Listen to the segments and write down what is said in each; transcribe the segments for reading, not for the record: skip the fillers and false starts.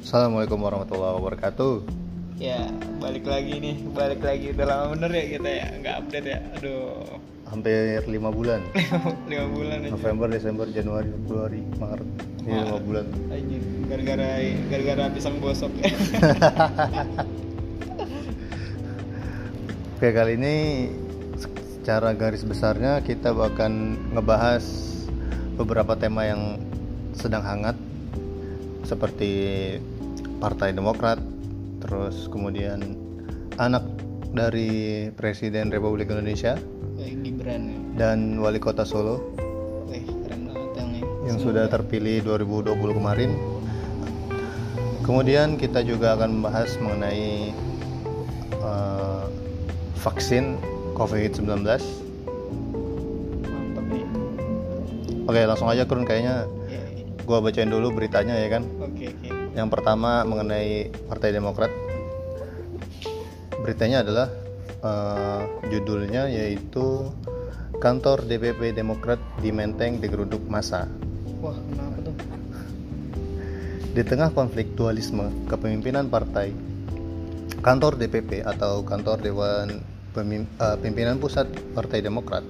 Assalamualaikum warahmatullahi wabarakatuh. Ya, balik lagi. Udah lama bener ya kita ya, nggak update ya. Aduh, Hampir 5 bulan. 5 bulan aja. November, Desember, Januari, Februari, Maret. Ini 5 bulan. Anjir, gara-gara pisang gosok ya. Oke, kali ini secara garis besarnya kita akan ngebahas beberapa tema yang sedang hangat, seperti Partai Demokrat, terus kemudian anak dari Presiden Republik Indonesia Gibran ya. dan Wali Kota Solo Keren banget yang sudah terpilih 2020 kemarin. Kemudian kita juga akan membahas mengenai vaksin COVID-19. Mantap nih. Oke, langsung aja Kurun, kayaknya Ya. gua bacain dulu beritanya ya kan. Oke. Yang pertama mengenai Partai Demokrat. Beritanya adalah judulnya yaitu Kantor DPP Demokrat di Menteng digeruduk massa. Wah, kenapa tuh? Di tengah konfliktualisme kepemimpinan partai, kantor DPP atau kantor Dewan Pimpinan Pusat Partai Demokrat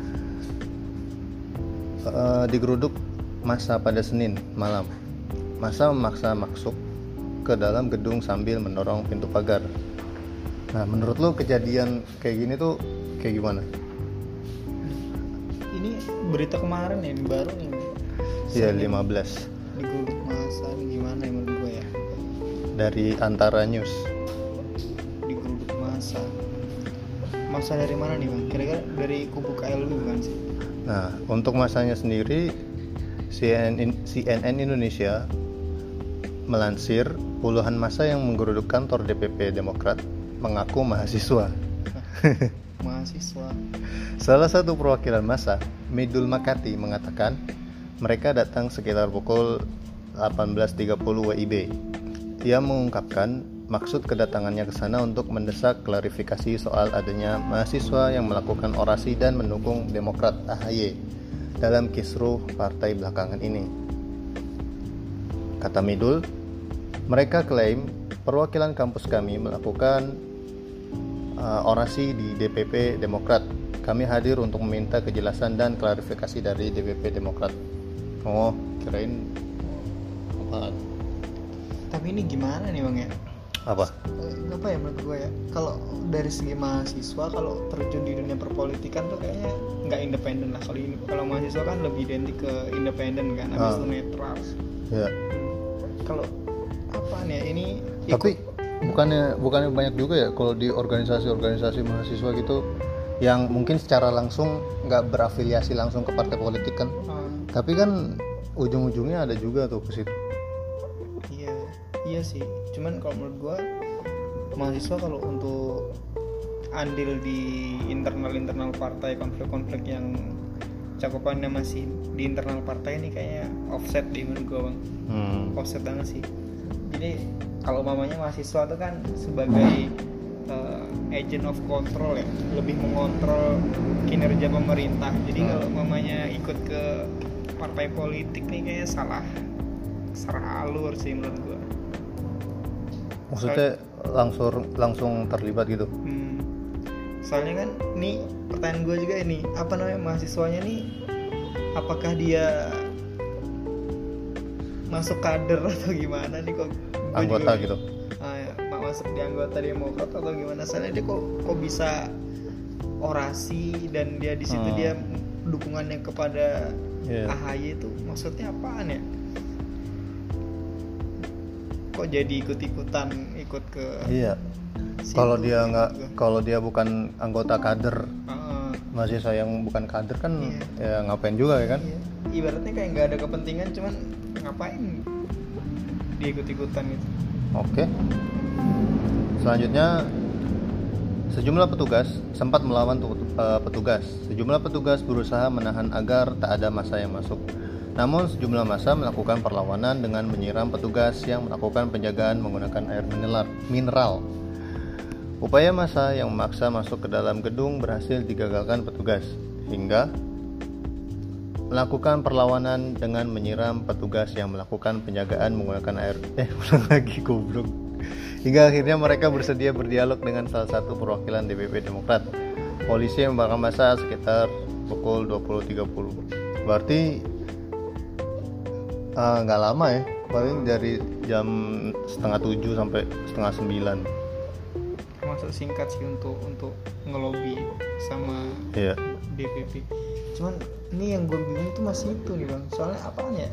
digeruduk massa pada Senin malam. Massa memaksa masuk ke dalam gedung sambil mendorong pintu pagar. Nah, menurut lo kejadian kayak gini tuh kayak gimana? Ini berita kemarin ya, ini baru nih. Iya, 15 Digulung masa ini gimana ya menurut gue ya? dari Antara News. Digeruduk masa dari mana nih bang? Kira-kira dari kubu KLB bukan sih? Nah, untuk masanya sendiri CNN Indonesia melansir puluhan massa yang menggeruduk kantor DPP Demokrat mengaku mahasiswa. Mahasiswa. Salah satu perwakilan massa, Midul Makati, mengatakan mereka datang sekitar pukul 18.30 WIB. Ia mengungkapkan maksud kedatangannya ke sana untuk mendesak klarifikasi soal adanya mahasiswa yang melakukan orasi dan mendukung Demokrat AHY dalam kisruh partai belakangan ini. Kata Midul, mereka klaim perwakilan kampus kami melakukan orasi di DPP Demokrat. Kami hadir untuk meminta kejelasan dan klarifikasi dari DPP Demokrat. Oh, kirain apa? Tapi ini gimana nih bang ya? Apa? Apa ya menurut gue ya? Kalau dari segi mahasiswa, kalau terjun di dunia perpolitikan tuh kayaknya nggak independen lah. Kalau mahasiswa kan lebih identik ke independen kan, habis itu netral. Ya. Kalau apa nih ya, ini Tapi bukannya banyak juga ya kalau di organisasi mahasiswa gitu yang mungkin secara langsung nggak berafiliasi langsung ke partai politik kan, tapi kan ujung-ujungnya ada juga tuh ke situ. Iya sih. Cuman kalau menurut gue mahasiswa kalau untuk andil di internal partai, konflik-konflik yang cakupannya masih di internal partai ini kayaknya offset di menurut gue bang. Offset banget sih. Jadi kalau mamanya mahasiswa itu kan sebagai agent of control ya, lebih mengontrol kinerja pemerintah. Jadi kalau mamanya ikut ke partai politik nih kayaknya salah alur sih menurut gua. Maksudnya langsung terlibat gitu. Soalnya kan nih pertanyaan gue juga ini, apa namanya mahasiswanya nih, apakah dia masuk kader atau gimana nih kok? Anggota gitu. Masuk di anggota Demokrat atau gimana? Soalnya dia kok bisa orasi dan dia di situ dia dukungannya kepada AHY itu maksudnya apaan ya? Kok jadi ikut ke? Iya. Kalau dia bukan anggota kader, mahasiswa yang bukan kader kan ya ngapain juga ya kan? Iya. Ibaratnya kayak nggak ada kepentingan, cuman ngapain dia ikut-ikutan gitu. Oke. Selanjutnya, sejumlah petugas sempat melawan petugas. Sejumlah petugas berusaha menahan agar tak ada massa yang masuk. Namun sejumlah massa melakukan perlawanan dengan menyiram petugas yang melakukan penjagaan menggunakan air mineral. Upaya massa yang memaksa masuk ke dalam gedung berhasil digagalkan petugas hingga melakukan perlawanan dengan menyiram petugas yang melakukan penjagaan menggunakan air ulang lagi goblok. Hingga akhirnya mereka bersedia berdialog dengan salah satu perwakilan DPP Demokrat. Polisi membakar massa sekitar pukul 20.30. Berarti nggak lama ya, paling dari jam 6:30 sampai 8:30. Termasuk singkat sih untuk ngelobi sama DPP. Cuman ini yang gue bingung tuh masih itu nih bang, soalnya apaan ya,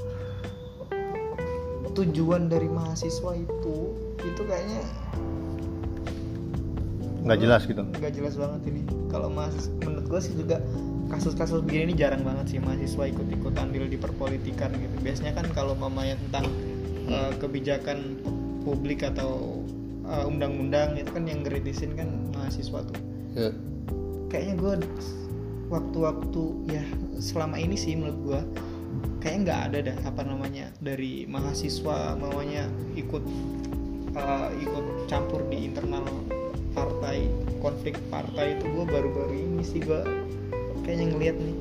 tujuan dari mahasiswa itu kayaknya nggak jelas gitu. Nggak jelas banget ini. Kalau menurut gue sih juga kasus-kasus begini ini jarang banget sih mahasiswa ikut andil di perpolitikan gitu. Biasanya kan kalau mamanya tentang kebijakan publik atau undang-undang itu kan yang ngeritisin kan mahasiswa tuh. Kayaknya gue waktu-waktu ya selama ini sih menurut gue kayaknya nggak ada dah dari mahasiswa maunya ikut campur di internal partai, konflik partai itu. Gue baru-baru ini sih gue kayaknya ngeliat nih,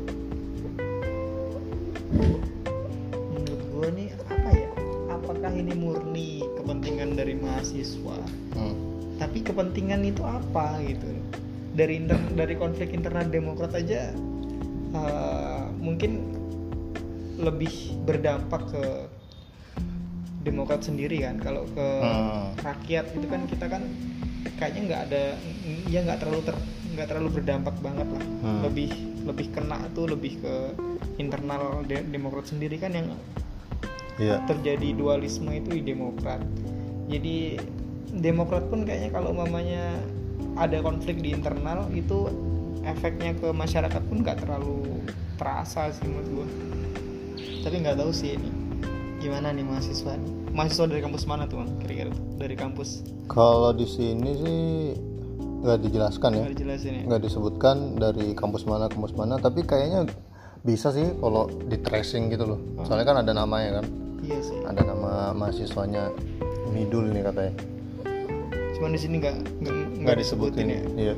menurut gue nih apa ya, apakah ini murni kepentingan dari mahasiswa tapi kepentingan itu apa gitu. Dari konflik internal Demokrat aja mungkin lebih berdampak ke Demokrat sendiri kan. Kalau ke rakyat itu kan kita kan kayaknya nggak terlalu berdampak banget lah. Lebih kena tuh lebih ke internal Demokrat sendiri kan yang terjadi dualisme itu di Demokrat. Jadi Demokrat pun kayaknya kalau mamanya ada konflik di internal itu efeknya ke masyarakat pun nggak terlalu terasa sih menurut gue. Tapi nggak tahu sih ini gimana nih mahasiswa dari kampus mana tuh bang kira-kira dari kampus? Kalau di sini sih nggak dijelaskan ya, nggak disebutkan dari kampus mana, tapi kayaknya bisa sih kalau di tracing gitu loh. Soalnya kan ada namanya kan. Iya sih. Ada nama mahasiswanya Midul ini katanya. Cuman di sini nggak disebutin ya. Iya.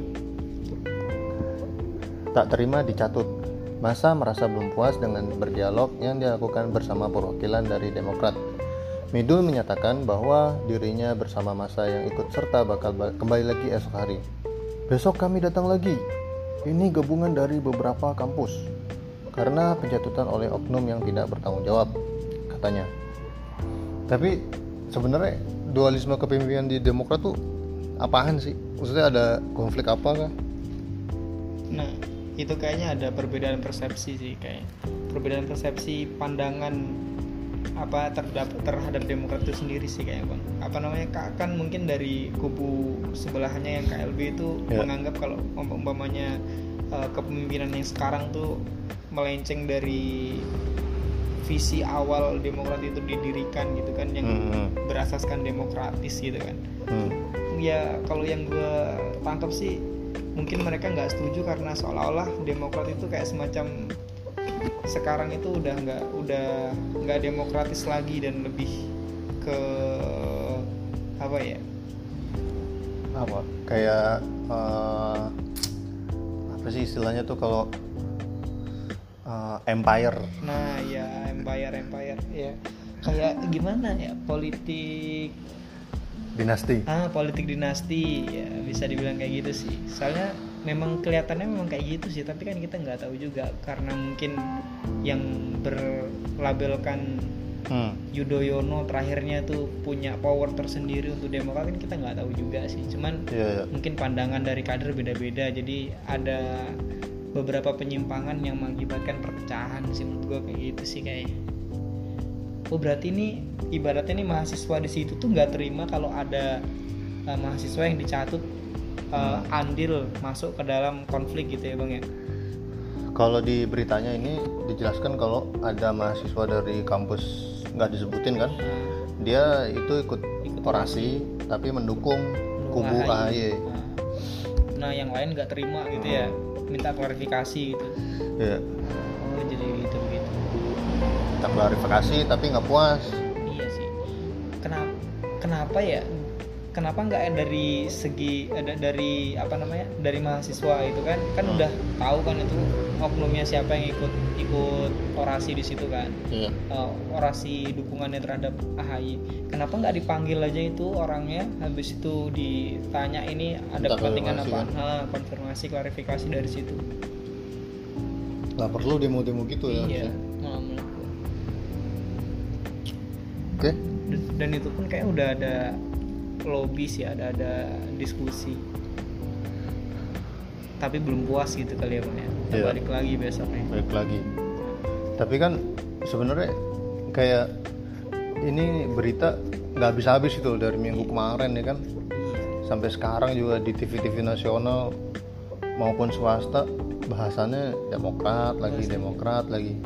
Tak terima dicatut. Massa merasa belum puas dengan berdialog yang dilakukan bersama perwakilan dari Demokrat. Midul menyatakan bahwa dirinya bersama massa yang ikut serta bakal kembali lagi esok hari. Besok kami datang lagi. Ini gabungan dari beberapa kampus. Karena pencatutan oleh oknum yang tidak bertanggung jawab, katanya. Tapi sebenarnya dualisme kepemimpinan di Demokrat tuh apaan sih? Maksudnya ada konflik apa kah? Nah, itu kayaknya ada perbedaan persepsi sih, kayak perbedaan persepsi pandangan terhadap Demokrat itu sendiri sih kayak bang. Kan mungkin dari kubu sebelahnya yang KLB itu menganggap kalau umpamanya kepemimpinan yang sekarang tuh melenceng dari visi awal Demokrat itu didirikan gitu kan, yang berasaskan demokratis gitu kan. Ya kalau yang gue tangkap sih mungkin mereka nggak setuju karena seolah-olah Demokrat itu kayak semacam sekarang itu udah nggak demokratis lagi dan lebih ke kayak apa sih istilahnya tuh kalau empire. Nah ya empire ya kayak gimana ya, politik dinasti ya bisa dibilang kayak gitu sih. Soalnya memang kelihatannya memang kayak gitu sih, tapi kan kita nggak tahu juga karena mungkin yang berlabelkan Yudhoyono terakhirnya tuh punya power tersendiri untuk Demokrat, kan kita nggak tahu juga sih. Cuman mungkin pandangan dari kader beda-beda, jadi ada beberapa penyimpangan yang mengakibatkan perpecahan sih menurut gue kayak gitu sih kayaknya. Oh berarti ini ibaratnya nih mahasiswa di situ tuh nggak terima kalau ada mahasiswa yang dicatut andil masuk ke dalam konflik gitu ya bang ya. Kalau di beritanya ini dijelaskan kalau ada mahasiswa dari kampus nggak disebutin kan, dia itu ikut orasi tapi mendukung kubu AHY. Nah yang lain nggak terima gitu ya, minta klarifikasi gitu. Iya. Oh jadi gitu begitu. Minta klarifikasi tapi nggak puas. Iya sih. Kenapa ya kenapa nggak dari segi dari apa namanya, dari mahasiswa itu kan udah tahu kan itu oknumnya siapa yang ikut orasi di situ kan. Orasi dukungannya terhadap AHY. Kenapa nggak dipanggil aja itu orangnya, habis itu ditanya ini ada kepentingan apa, konfirmasi klarifikasi dari situ. Nggak perlu demo-demo gitu ya. Iya. Oke. Dan itu pun kayak udah ada lobby sih, ada diskusi, tapi belum puas gitu kali ya Bang ya. Balik lagi besoknya. Balik lagi. Tapi kan sebenarnya kayak ini berita nggak habis-habis itu dari minggu kemarin ya kan. Sampai sekarang juga di TV-TV nasional maupun swasta bahasannya Demokrat lagi.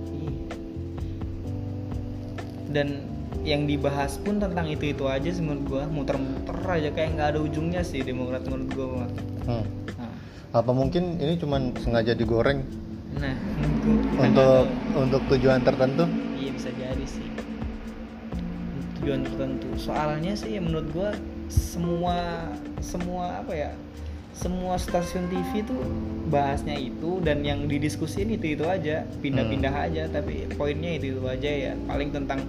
Dan yang dibahas pun tentang itu aja sih menurut gua, muter-muter aja kayak nggak ada ujungnya sih Demokrat menurut gua. Apa mungkin ini cuman sengaja digoreng? Nah, untuk tujuan tertentu? Iya bisa jadi sih. Tujuan tertentu. Soalnya sih menurut gua semua apa ya? Semua stasiun TV tuh bahasnya itu, dan yang didiskusin itu aja, pindah-pindah aja, tapi poinnya itu aja ya. Paling tentang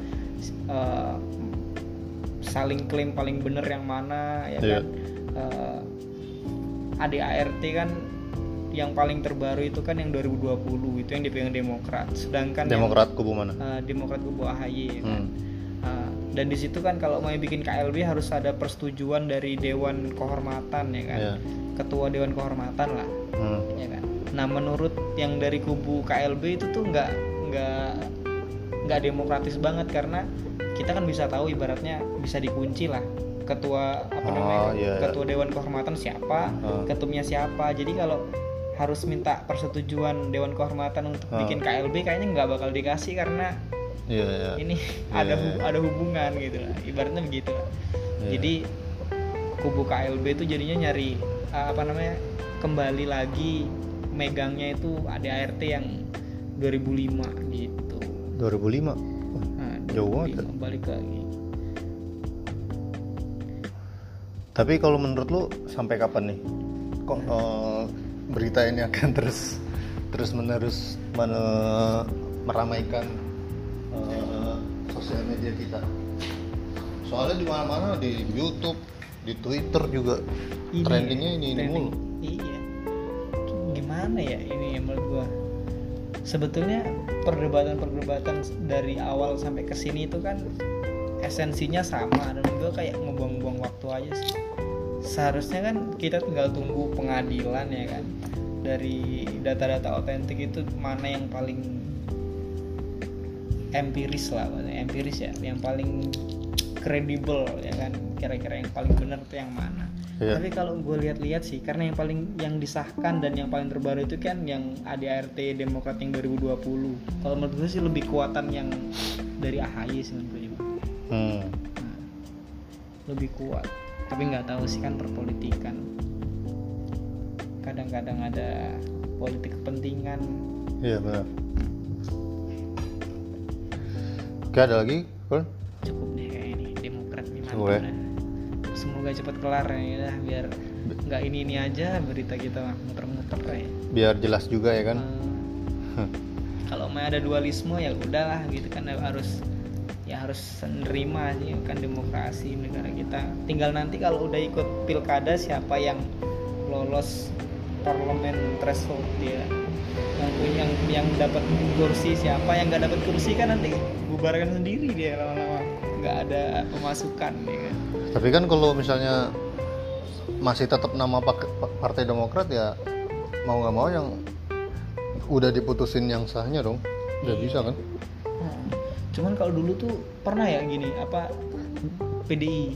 saling klaim paling bener yang mana ya kan. ADART kan yang paling terbaru itu kan yang 2020 itu yang dipegang Demokrat, sedangkan Demokrat kubu mana? Demokrat kubu AHY ya kan. Dan di situ kan kalau mau bikin KLB harus ada persetujuan dari Dewan Kehormatan ya kan. Ketua Dewan Kehormatan lah. Ya kan. Nah, menurut yang dari kubu KLB itu tuh nggak demokratis banget, karena kita kan bisa tahu ibaratnya bisa dikunci lah ketua ketua Dewan Kehormatan siapa, ketumnya siapa. Jadi kalau harus minta persetujuan Dewan Kehormatan untuk bikin KLB kayaknya nggak bakal dikasih, karena ini ada hubungan gitu lah, ibaratnya begitu lah. Jadi kubu KLB itu jadinya nyari kembali lagi megangnya itu ADART yang 2005 gitu. 2005? Jauh banget. Balik lagi. Tapi kalau menurut lu sampai kapan nih kok berita ini akan terus menerus meramaikan sosial media kita? Soalnya di mana-mana, di YouTube, di Twitter juga trendingnya ini mulu. Iya. Gimana ya ini menurut gua? Sebetulnya perdebatan dari awal sampai ke sini itu kan esensinya sama, dan gua kayak ngebuang-buang waktu aja sih. Seharusnya kan kita tinggal tunggu pengadilan ya kan. Dari data-data otentik itu mana yang paling empiris ya, yang paling kredibel ya kan, kira-kira yang paling benar tuh yang mana. Tapi kalau gue lihat-lihat sih, karena yang disahkan dan yang paling terbaru itu kan yang ADART Demokrat yang 2020. Kalau menurut gue sih lebih kuatan yang dari AHY sih menurut gue. Lebih kuat. Tapi nggak tahu sih kan perpolitikan. Kadang-kadang ada politik kepentingan. Iya benar. Oke, ada lagi? Cukup deh kayak ini Demokrat nih mantap. Semoga cepat kelar ya, biar nggak ini aja berita kita muter-muter kayak. Biar jelas juga ya kan. Kalau mau ada dualisme ya udahlah gitu kan, harus menerima sih kan demokrasi negara kita. Tinggal nanti kalau udah ikut pilkada siapa yang lolos parlemen threshold dia, yang dapat kursi, siapa yang nggak dapat kursi kan nanti bubarkan sendiri dia lama-lama, nggak ada pemasukan ya kan. Tapi kan kalau misalnya masih tetap nama Partai Demokrat ya mau nggak mau yang udah diputusin yang sahnya dong, udah bisa kan. Cuman kalau dulu tuh pernah ya gini PDI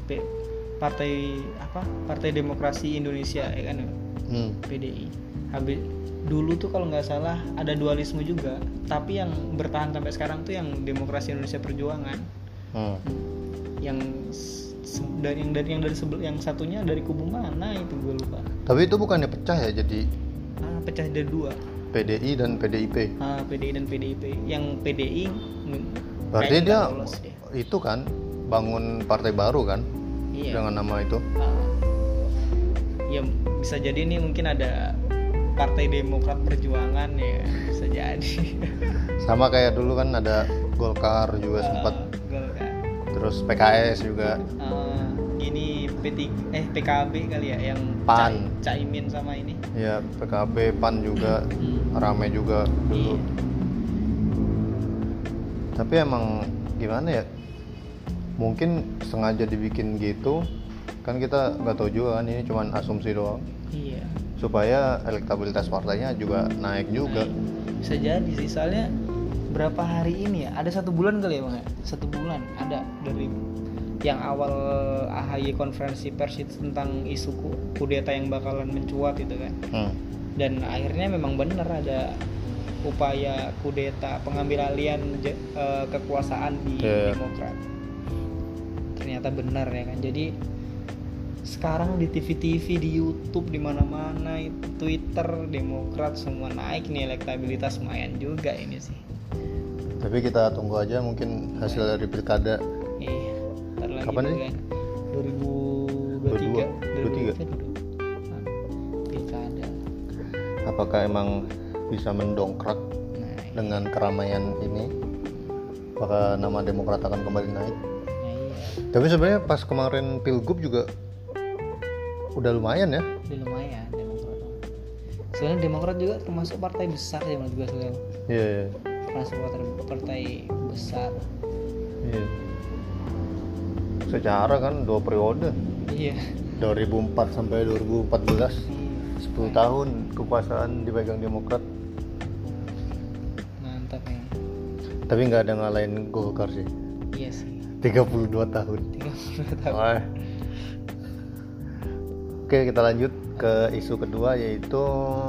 Partai Demokrasi Indonesia ya kan. PDI habis dulu tuh kalau nggak salah ada dualisme juga, tapi yang bertahan sampai sekarang tuh yang Demokrasi Indonesia Perjuangan. Yang satunya dari kubu mana itu gue lupa. Tapi itu bukannya pecah ya, jadi pecah dari dua, PDI dan PDIP. PDI dan PDIP. Yang PDI berarti dia itu kan bangun partai baru kan. Iya. dengan nama itu. Ya bisa jadi nih mungkin ada Partai Demokrat Perjuangan ya, bisa jadi. Sama kayak dulu kan ada Golkar juga sempat, Golkar. terus PKS juga. Ini PKB kali ya yang PAN. Caimin sama ini. Ya PKB, PAN juga rame juga dulu. Iya. Tapi emang gimana ya? Mungkin sengaja dibikin gitu, kan kita nggak tahu juga kan, ini cuman asumsi doang. Iya. Supaya elektabilitas partainya juga naik juga. Bisa jadi sih, soalnya berapa hari ini ya? Ada 1 bulan kali ya bang ya? 1 bulan ada dari yang awal AHY konferensi pers itu tentang isu kudeta yang bakalan mencuat itu kan. Dan akhirnya memang benar ada upaya kudeta, pengambil alihan kekuasaan di Demokrat. Ternyata benar ya kan. Jadi sekarang di TV-TV, di YouTube, di mana-mana, Twitter, Demokrat semua naik nih, elektabilitas lumayan juga ini sih. Tapi kita tunggu aja mungkin hasil dari pilkada. Iya. Lagi kapan sih? Kan 2023. Pilkada. Apakah emang bisa mendongkrak dengan keramaian ini? Apakah nama Demokrat akan kembali naik? Iya. Tapi sebenarnya pas kemarin Pilgub juga udah lumayan ya. Udah lumayan Demokrat. Soalnya Demokrat juga termasuk partai besar ya menurut gue soalnya. Iya. Termasuk partai besar. Iya. Secara kan 2 periode. Iya. 2004 sampai 2014. 10 tahun kekuasaan dipegang Demokrat. Mantap ya. Tapi nggak ada ngalahin Golkar sih. Iya sih. 32 tahun. 32 tahun. Wah. Oke, kita lanjut ke isu kedua, yaitu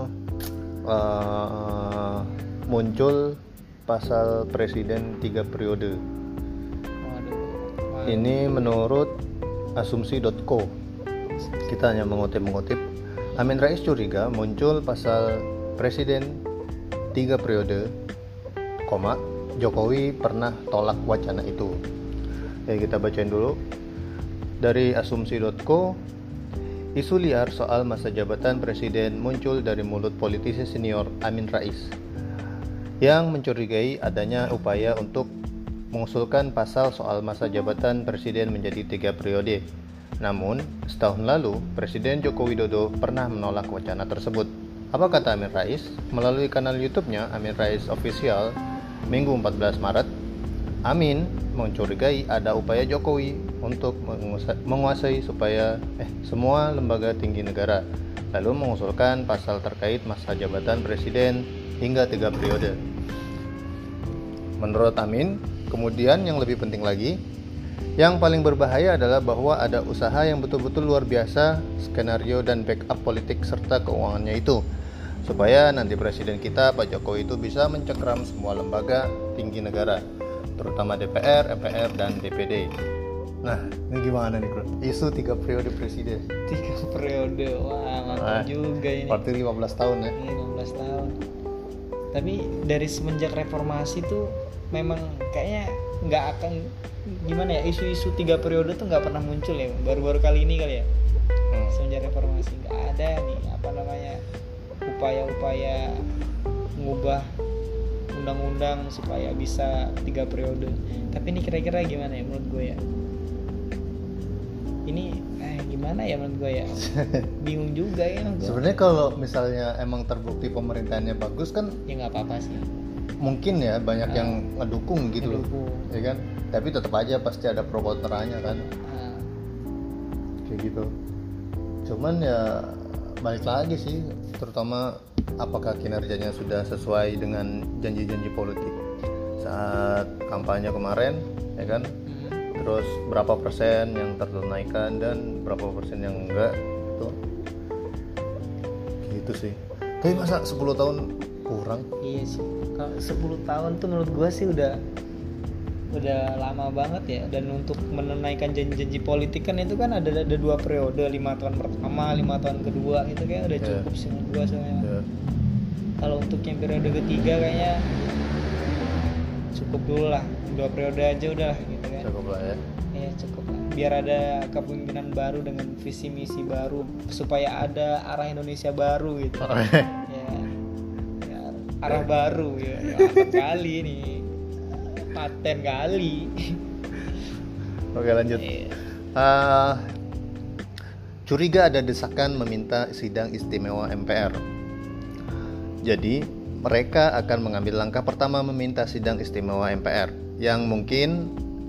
muncul pasal presiden 3 periode. Waduh. Ini menurut asumsi.co. Kita hanya mengutip. Amin Rais curiga muncul pasal presiden 3 periode, Jokowi pernah tolak wacana itu. Kita bacain dulu. Dari asumsi.co, isu liar soal masa jabatan presiden muncul dari mulut politisi senior Amin Rais yang mencurigai adanya upaya untuk mengusulkan pasal soal masa jabatan presiden menjadi 3 periode. Namun, setahun lalu, Presiden Joko Widodo pernah menolak wacana tersebut. Apa kata Amin Rais? Melalui kanal YouTube-nya Amin Rais Official, Minggu 14 Maret, Amin mencurigai ada upaya Jokowi untuk menguasai supaya semua lembaga tinggi negara, lalu mengusulkan pasal terkait masa jabatan presiden hingga 3 periode. Menurut Amin, kemudian yang lebih penting lagi, yang paling berbahaya adalah bahwa ada usaha yang betul-betul luar biasa, skenario dan backup politik serta keuangannya itu, supaya nanti presiden kita Pak Jokowi itu bisa mencengkeram semua lembaga tinggi negara, terutama DPR, MPR, dan DPD. Nah, ini gimana nih bro? Isu 3 periode presiden. 3 periode, wah mantap juga ini. Berarti 15 tahun ya? 15 tahun. Tapi dari semenjak reformasi tuh memang kayaknya nggak akan, gimana ya, isu-isu 3 periode tuh nggak pernah muncul ya. Baru-baru kali ini kali ya. Semenjak reformasi nggak ada nih upaya-upaya mengubah undang-undang supaya bisa 3 periode. Tapi ini kira-kira gimana ya menurut gue ya? Ini gimana ya menurut gue ya? Bingung juga ya. Sebenarnya kalau misalnya emang terbukti pemerintahannya bagus kan ya nggak apa-apa sih. Mungkin ya banyak yang ngedukung gitu loh, ya kan? Tapi tetap aja pasti ada pro kontranya kan. Kayak gitu. Cuman ya balik lagi sih, terutama apakah kinerjanya sudah sesuai dengan janji-janji politik saat kampanye kemarin, ya kan? Terus berapa persen yang tertunaikan dan berapa persen yang enggak, tuh gitu sih. Tapi masa 10 tahun kurang? Iya sih, kalau 10 tahun tuh menurut gua sih udah lama banget ya. Dan untuk menunaikan janji-janji politik kan itu kan ada 2 periode, 5 tahun pertama, 5 tahun kedua, itu kayak udah cukup sih menurut gua soalnya. Kalau untuk yang periode ketiga kayaknya cukup dulu lah, 2 periode aja udah lah gitu kan. Cukup lah ya. Iya cukup lah. biar ada kepemimpinan baru dengan visi misi baru supaya ada arah Indonesia baru gitu. Ya, arah baru ya. Paten kali nih. Paten kali. Oke, lanjut. Curiga ada desakan meminta sidang istimewa MPR. Jadi, mereka akan mengambil langkah pertama meminta sidang istimewa MPR yang mungkin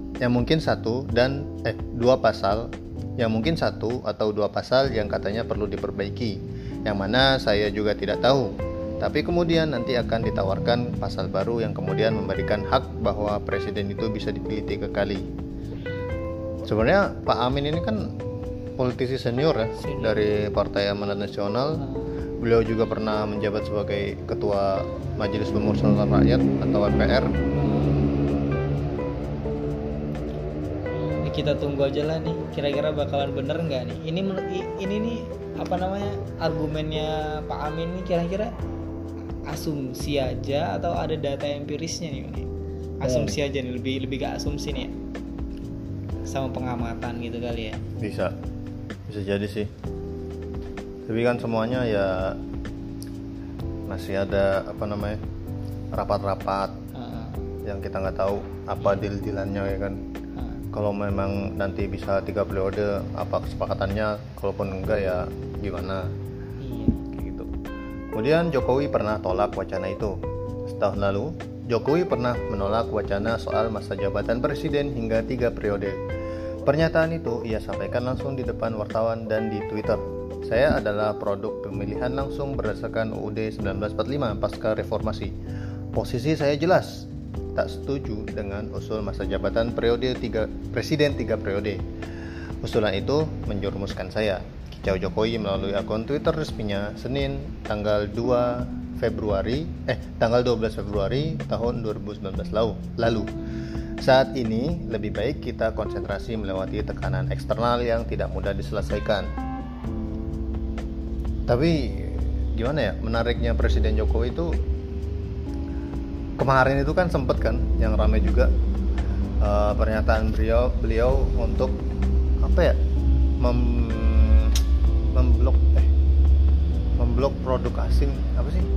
dua pasal, yang mungkin satu atau dua pasal yang katanya perlu diperbaiki, yang mana saya juga tidak tahu. Tapi kemudian nanti akan ditawarkan pasal baru yang kemudian memberikan hak bahwa presiden itu bisa dipilih 3 kali. Sebenarnya Pak Amin ini kan politisi senior ya dari Partai Amanat Nasional. Beliau juga pernah menjabat sebagai Ketua Majelis Pemusyawaratan Rakyat atau MPR. Kita tunggu aja lah nih, kira-kira bakalan bener nggak nih? Ini nih apa namanya, argumennya Pak Amin nih kira-kira asumsi aja atau ada data empirisnya nih? Asumsi aja nih, lebih ke asumsi nih ya, sama pengamatan gitu kali ya. Bisa jadi sih, tapi kan semuanya ya masih ada rapat-rapat yang kita nggak tahu apa deal-dealannya ya kan. Kalau memang nanti bisa 3 periode apa kesepakatannya, kalaupun enggak ya gimana. Gitu. Kemudian Jokowi pernah tolak wacana itu. Setahun lalu Jokowi pernah menolak wacana soal masa jabatan presiden hingga 3 periode. Pernyataan itu ia sampaikan langsung di depan wartawan dan di Twitter. Saya adalah produk pemilihan langsung berdasarkan UUD 1945 pasca reformasi. Posisi saya jelas, tak setuju dengan usul masa jabatan presiden 3 periode. Usulan itu menjerumuskan saya, kicau Jokowi melalui akun Twitter resminya Senin tanggal 12 Februari tahun 2019 lalu. Saat ini lebih baik kita konsentrasi melewati tekanan eksternal yang tidak mudah diselesaikan. Tapi gimana ya, menariknya Presiden Jokowi itu kemarin itu kan sempet kan yang ramai juga pernyataan beliau untuk memblok produk asing, apa sih?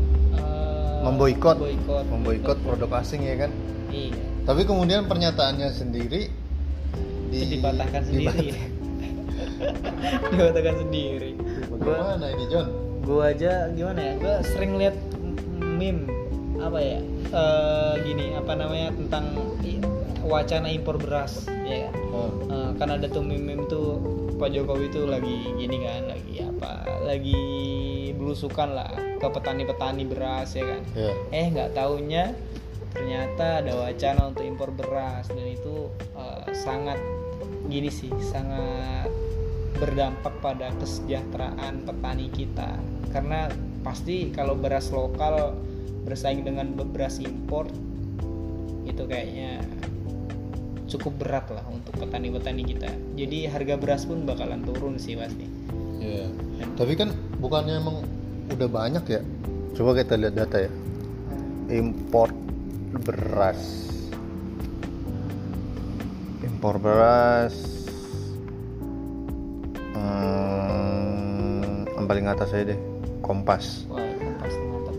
Memboikot produk asing ya kan? Iya. Tapi kemudian pernyataannya sendiri dipatahkan sendiri. Dipatahkan sendiri. Bagaimana ini John? Gue aja gimana ya? Gue sering lihat meme tentang wacana impor beras ya kan. Kan ada tuh meme tuh Pak Jokowi tuh lagi gini kan, lagi belusukan lah ke petani-petani beras ya kan. Nggak taunya ternyata ada wacana untuk impor beras, dan itu sangat berdampak pada kesejahteraan petani kita, karena pasti kalau beras lokal bersaing dengan beras impor itu kayaknya cukup berat lah untuk petani-petani kita. Jadi harga beras pun bakalan turun sih pasti. Iya. Tapi kan bukannya emang udah banyak ya? Coba kita lihat data ya. Impor beras yang paling atas aja deh, Kompas. Wah, Kompas mantap.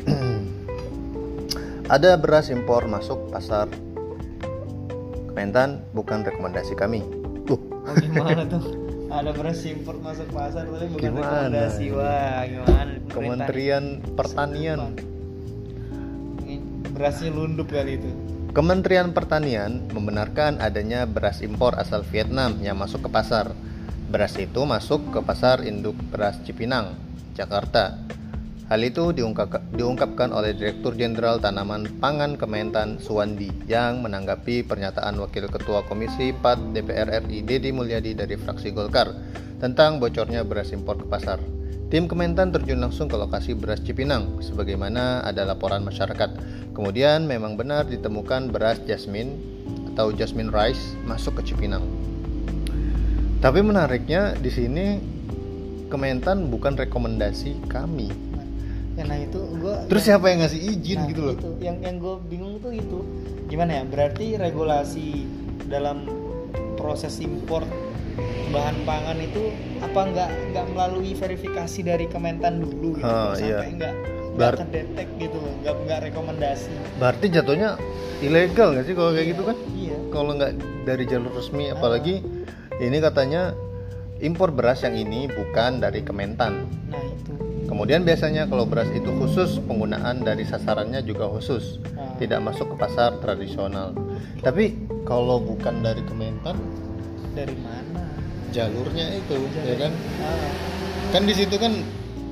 Ada beras impor masuk pasar Kementan, bukan rekomendasi kami. Gimana tuh? Ada beras impor masuk pasar tapi bukan rekomendasi. Wah, gimana? Kementerian Pertanian. Berasnya lundup kali itu. Kementerian Pertanian membenarkan adanya beras impor asal Vietnam yang masuk ke pasar. Beras itu masuk ke pasar induk beras Cipinang, Jakarta. Hal itu diungkapkan oleh Direktur Jenderal Tanaman Pangan Kementan Suwandi yang menanggapi pernyataan Wakil Ketua Komisi 4 DPR RI Deddy Mulyadi dari fraksi Golkar tentang bocornya beras impor ke pasar. Tim Kementan terjun langsung ke lokasi beras Cipinang, sebagaimana ada laporan masyarakat. Kemudian memang benar ditemukan beras jasmine atau jasmine rice masuk ke Cipinang. Tapi menariknya di sini Kementan bukan rekomendasi kami. Nah itu terus siapa yang ngasih izin gitu loh? Itu yang gue bingung tuh itu gimana ya? Berarti regulasi dalam proses impor bahan pangan itu apa nggak melalui verifikasi dari Kementan dulu gitu, sampai nggak kedetek gitu loh, nggak rekomendasi. Berarti jatuhnya ilegal nggak sih kalau kayak gitu kan? Iya. Kalau nggak dari jalur resmi, apalagi ini katanya impor beras yang ini bukan dari Kementan. Nah itu. Kemudian biasanya kalau beras itu khusus, penggunaan dari sasarannya juga khusus, tidak masuk ke pasar tradisional. Tapi kalau bukan dari Kementan, dari mana? Jalurnya itu, ya kan? Kan di situ kan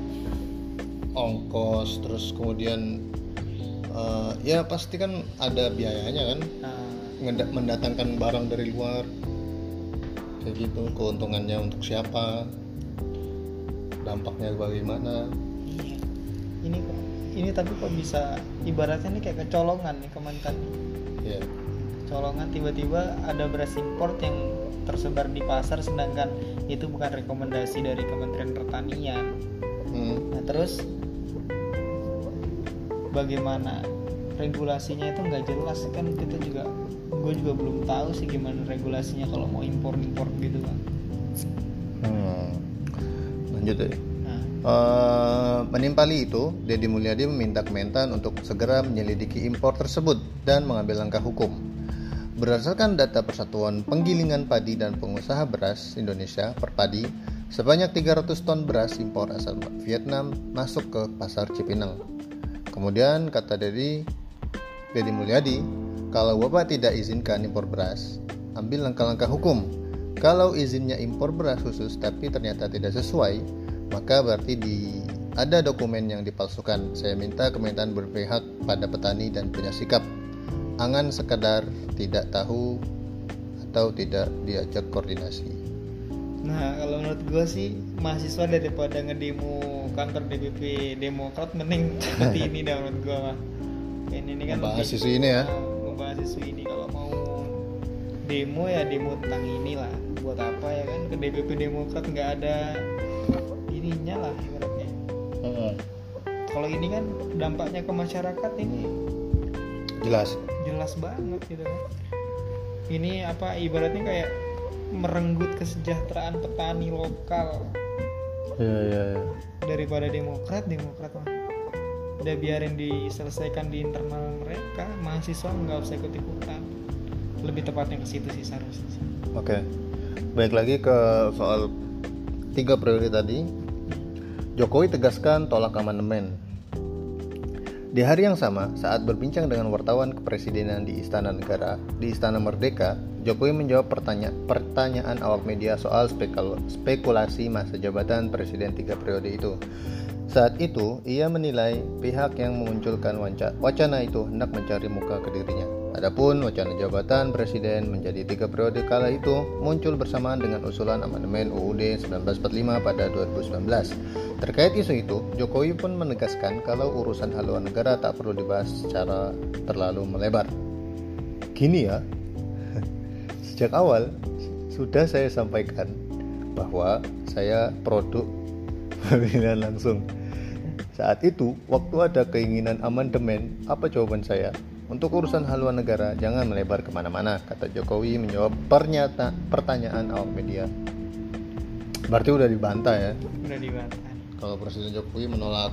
ongkos, terus kemudian ya pasti kan ada biayanya kan, mendatangkan barang dari luar, kayak gitu. Keuntungannya untuk siapa? Dampaknya bagaimana? Iya. Ini tapi kok bisa ibaratnya nih kayak kecolongan nih Kementan. Iya. Colongan tiba-tiba ada beras import yang tersebar di pasar sedangkan itu bukan rekomendasi dari Kementerian Pertanian. Nah terus bagaimana regulasinya itu nggak jelas kan, gue juga belum tahu sih gimana regulasinya kalau mau impor gitu kan. Lanjut deh. Menimpali itu, Deddy Mulyadi meminta Kementan untuk segera menyelidiki impor tersebut dan mengambil langkah hukum. Berdasarkan data Persatuan Penggilingan Padi dan Pengusaha Beras Indonesia (Perpadi), sebanyak 300 ton beras impor asal Vietnam masuk ke pasar Cipinang. Kemudian kata Deddy Mulyadi, kalau Bapak tidak izinkan impor beras, ambil langkah-langkah hukum. Kalau izinnya impor beras khusus tapi ternyata tidak sesuai, maka berarti ada dokumen yang dipalsukan. Saya minta Kementan berpihak pada petani dan punya sikap. Angan sekadar tidak tahu atau tidak diajak koordinasi. Nah kalau menurut gue sih mahasiswa daripada ngedemo kantor DPP Demokrat mending seperti ini dah menurut gue mah. Ini kan membahas isu ini ya. Membahas isu ini, kalau mau demo ya demo tentang inilah. Buat apa ya kan, ke DPP Demokrat nggak ada ininya lah ibaratnya. Kalau ini kan dampaknya ke masyarakat ini jelas banget gitu kan. Ini apa ibaratnya kayak merenggut kesejahteraan petani lokal. Iya. Daripada Demokrat mah udah biarin diselesaikan di internal mereka, mahasiswa nggak usah ikut-ikutan. Lebih tepatnya ke situ sih seharusnya. Oke. Baik lagi ke soal 3 periode tadi. Jokowi tegaskan tolak amandemen. Di hari yang sama, saat berbincang dengan wartawan kepresidenan di Istana Negara, di Istana Merdeka, Jokowi menjawab pertanyaan awak media soal spekulasi masa jabatan Presiden 3 periode itu. Saat itu, ia menilai pihak yang memunculkan wacana itu hendak mencari muka ke dirinya. Adapun wacana jabatan Presiden menjadi 3 periode kala itu muncul bersamaan dengan usulan amandemen UUD 1945 pada 2019. Terkait isu itu, Jokowi pun menegaskan kalau urusan haluan negara tak perlu dibahas secara terlalu melebar. Gini ya, sejak awal sudah saya sampaikan bahwa saya produk pemilihan langsung. Saat itu, waktu ada keinginan amandemen, apa jawaban saya? Untuk urusan haluan negara, jangan melebar kemana-mana, kata Jokowi menjawab pertanyaan awak media. Berarti udah dibantah ya? Udah dibantah. Kalau Presiden Jokowi menolak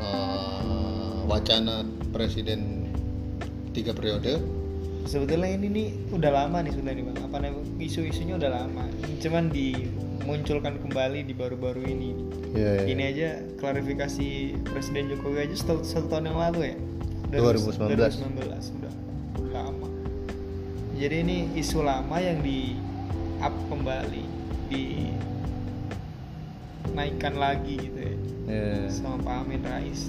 wacana Presiden 3 periode. Sebetulnya ini nih udah lama nih sebenarnya Bang. Apa namanya, isu-isunya udah lama. Cuman dimunculkan kembali di baru-baru ini. Yeah. Ini aja klarifikasi Presiden Jokowi aja satu tahun yang lalu ya. 2019 udah lama. Jadi ini isu lama yang di up kembali, dinaikkan lagi gitu ya. Yeah. Sama Pak Amin Rais.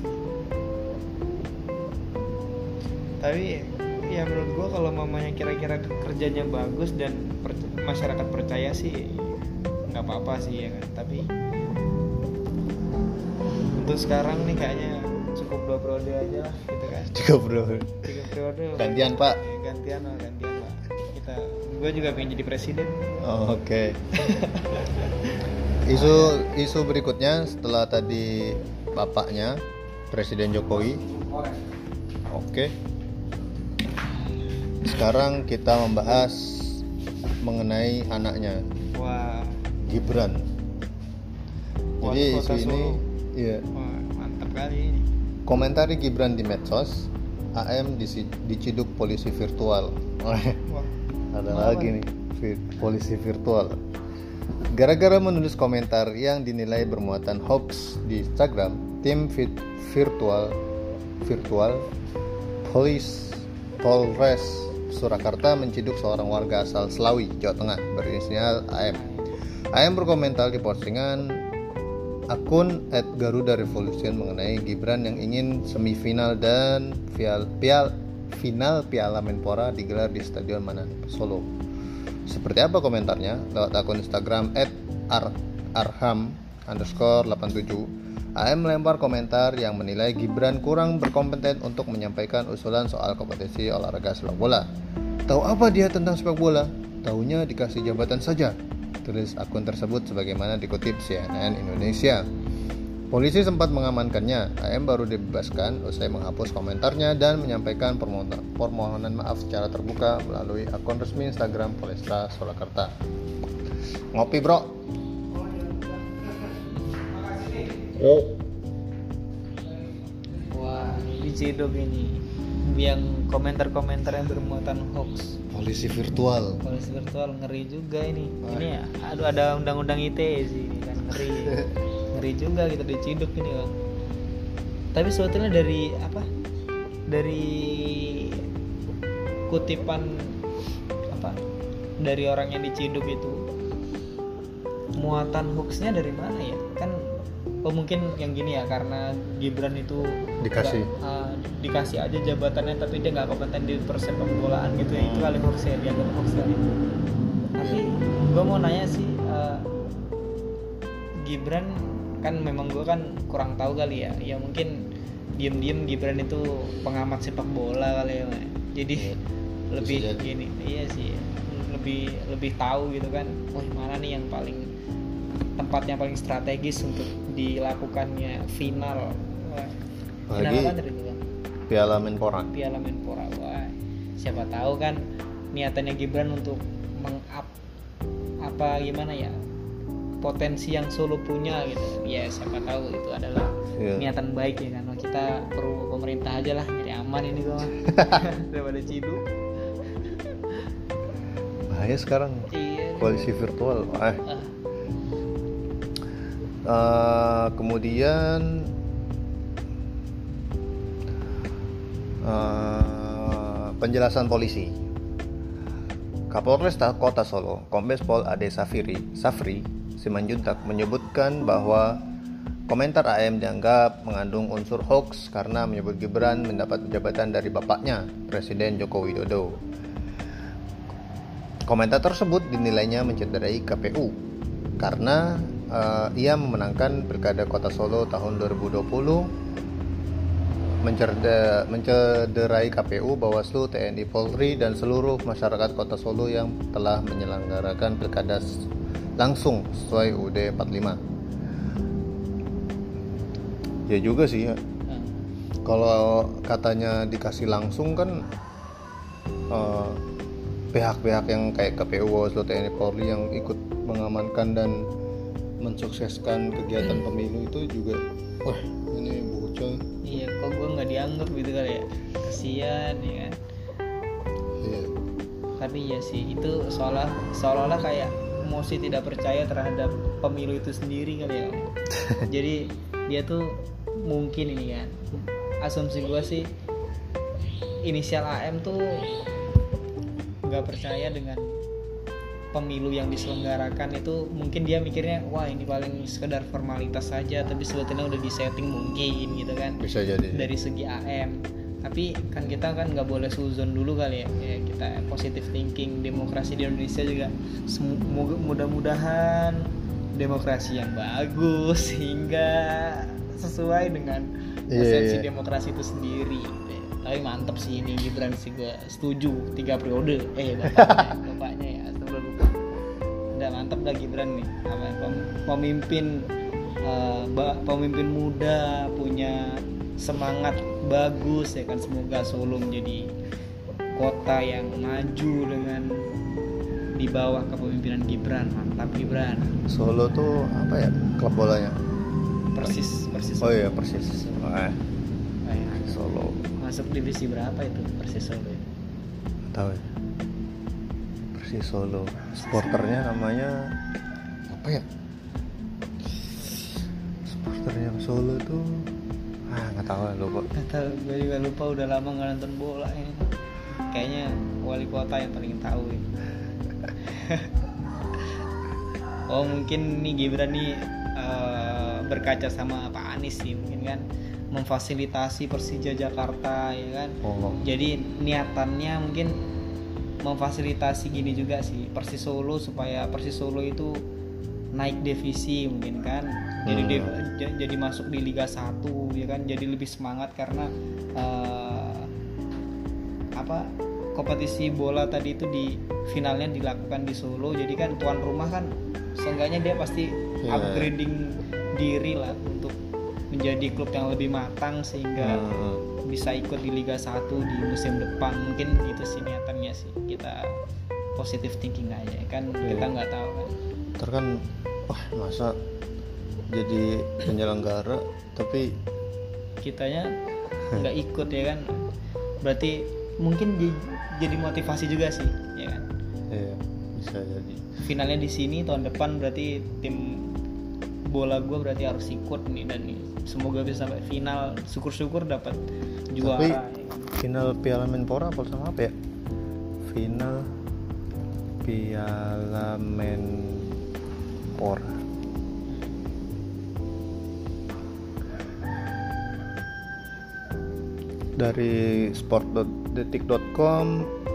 Tapi ya menurut gua kalau mamanya kira-kira kerjanya bagus dan masyarakat percaya sih nggak apa-apa sih ya kan. Tapi untuk sekarang nih kayaknya cukup 2 periode aja lah gitu kan. 3 periode gantian Pak. Ya, gantian Pak. Gue juga pengen jadi presiden. Oke. Isu berikutnya setelah tadi bapaknya Presiden Jokowi. Oke. Sekarang kita membahas mengenai anaknya Wah. Gibran. Jadi Wali isu kota ini Solo. ya, Wah, mantap kali ini. komentari Gibran di medsos, AM diciduk polisi virtual. Wah. Ada Apa lagi nih, polisi virtual. Gara-gara menulis komentar yang dinilai bermuatan hoax di Instagram, tim virtual Polres Surakarta menciduk seorang warga asal Slawi, Jawa Tengah berinisial AM. AM berkomentar di postingan akun @garuda_revolution mengenai Gibran yang ingin semifinal dan final Piala Menpora digelar di Stadion Manan, Solo. Seperti apa komentarnya? Lewat akun Instagram @arham_87, AM melempar komentar yang menilai Gibran kurang berkompeten untuk menyampaikan usulan soal kompetisi olahraga sepak bola. Tahu apa dia tentang sepak bola? Taunya dikasih jabatan saja, tulis akun tersebut sebagaimana dikutip CNN Indonesia. Polisi sempat mengamankannya. AM baru dibebaskan usai menghapus komentarnya dan menyampaikan permohonan maaf secara terbuka melalui akun resmi Instagram Polresta Surakarta. Ngopi bro. Wah, diciduk ini yang komentar-komentar yang bermuatan hoax. Polisi virtual. Polisi virtual ngeri juga ini. Ini ya, aduh ada undang-undang ITE sih ini kan ngeri. Ngeri juga kita diciduk ini Bang. Tapi sebetulnya dari apa? Dari kutipan apa? Dari orang yang diciduk itu muatan hoaxnya dari mana ya? Kan mungkin yang gini ya, karena Gibran itu dikasih aja jabatannya tapi dia nggak kompeten di persepak bolaan gitu ya, itu kali hoax ya, dianggap hoax kali. Tapi gue mau nanya sih, Gibran kan memang gue kan kurang tahu kali ya, ya mungkin diem Gibran itu pengamat sepak bola kali ya, jadi lebih gini, iya sih, lebih tahu gitu kan, mana nih yang tempatnya paling strategis untuk dilakukannya final. Final apa tadi itu kan? Piala Menpora. Wah, siapa tahu kan niatannya Gibran untuk gimana ya, potensi yang Solo punya gitu. Ya siapa tahu itu adalah niatan baik ya kan. Kita perlu pemerintah aja lah, nyari aman ini gua. Daripada ciduk. Bahaya sekarang. Iya. Polisi virtual. Kemudian penjelasan polisi. Kapolres Kota Solo, Kombes Pol Ade Safri Simanjuntak menyebutkan bahwa komentar AM dianggap mengandung unsur hoax karena menyebut Gibran mendapat jabatan dari bapaknya, Presiden Joko Widodo. Komentar tersebut dinilainya mencederai KPU karena ia memenangkan Pilkada Kota Solo tahun 2020, mencederai KPU, Bawaslu, TNI, Polri, dan seluruh masyarakat Kota Solo yang telah menyelenggarakan Pilkada langsung sesuai UUD 45. Ya juga sih ya. Kalau katanya dikasih langsung kan pihak-pihak yang kayak KPU, Bawaslu, TNI, Polri yang ikut mengamankan dan mensukseskan kegiatan pemilu itu juga, wah ini bocah. Iya, kok gue nggak dianggap gitu kali ya, kasian ya kan. Iya. Tapi ya sih itu seolah-olah kayak emosi tidak percaya terhadap pemilu itu sendiri kali ya. Jadi dia tuh mungkin ini kan, asumsi gue sih inisial AM tuh nggak percaya dengan pemilu yang diselenggarakan itu. Mungkin dia mikirnya wah ini paling sekedar formalitas saja, tapi sebetulnya udah disetting mungkin gitu kan. Bisa jadi dari segi AM. Tapi kan kita kan nggak boleh suzon dulu kali ya, kita positive thinking. Demokrasi di Indonesia juga mudah-mudahan demokrasi yang bagus sehingga sesuai dengan esensi demokrasi itu sendiri. Tapi mantep sih ini Gibran sih, gue setuju 3 periode. Bapaknya ya, udah mantep dah Gibran nih, pemimpin muda, punya semangat bagus ya kan. Semoga Solo menjadi kota yang maju dengan di bawah kepemimpinan Gibran. Mantap Gibran. Solo tuh apa ya klub bolanya? Persis Oh iya Persis. Solo. Masuk divisi berapa itu Persis Solo? Nggak tahu ya. Persis Solo. Supporternya namanya apa ya? Supporternya Solo tuh nggak tahu lah, lupa. Nggak tahu, gue juga lupa, udah lama nggak nonton bola ini. Kayaknya wali kota yang paling tahu ya. Oh mungkin nih Gibran nih berkaca sama Pak Anies sih, mungkin kan memfasilitasi Persija Jakarta ya kan. Jadi niatannya mungkin memfasilitasi gini juga sih, Persis Solo, supaya Persis Solo itu naik divisi mungkin kan. Jadi masuk di Liga 1 ya kan, jadi lebih semangat karena kompetisi bola tadi itu di finalnya dilakukan di Solo. Jadi kan tuan rumah kan seenggaknya dia pasti upgrading diri lah untuk menjadi klub yang lebih matang sehingga bisa ikut di Liga 1 di musim depan. Mungkin gitu sih niatannya sih. Kita positive thinking aja kan, kita nggak tahu kan. Ntar kan masa jadi penyelenggara tapi kitanya nggak ikut ya kan. Berarti mungkin jadi motivasi juga sih ya kan. Iya, bisa jadi. Finalnya di sini tahun depan, berarti tim bola gue berarti harus ikut nih, dan nih semoga bisa sampai final, syukur-syukur dapat juara. Tapi final Piala Menpora apa sama apa ya? Final Piala Menpora. Dari sport.detik.com,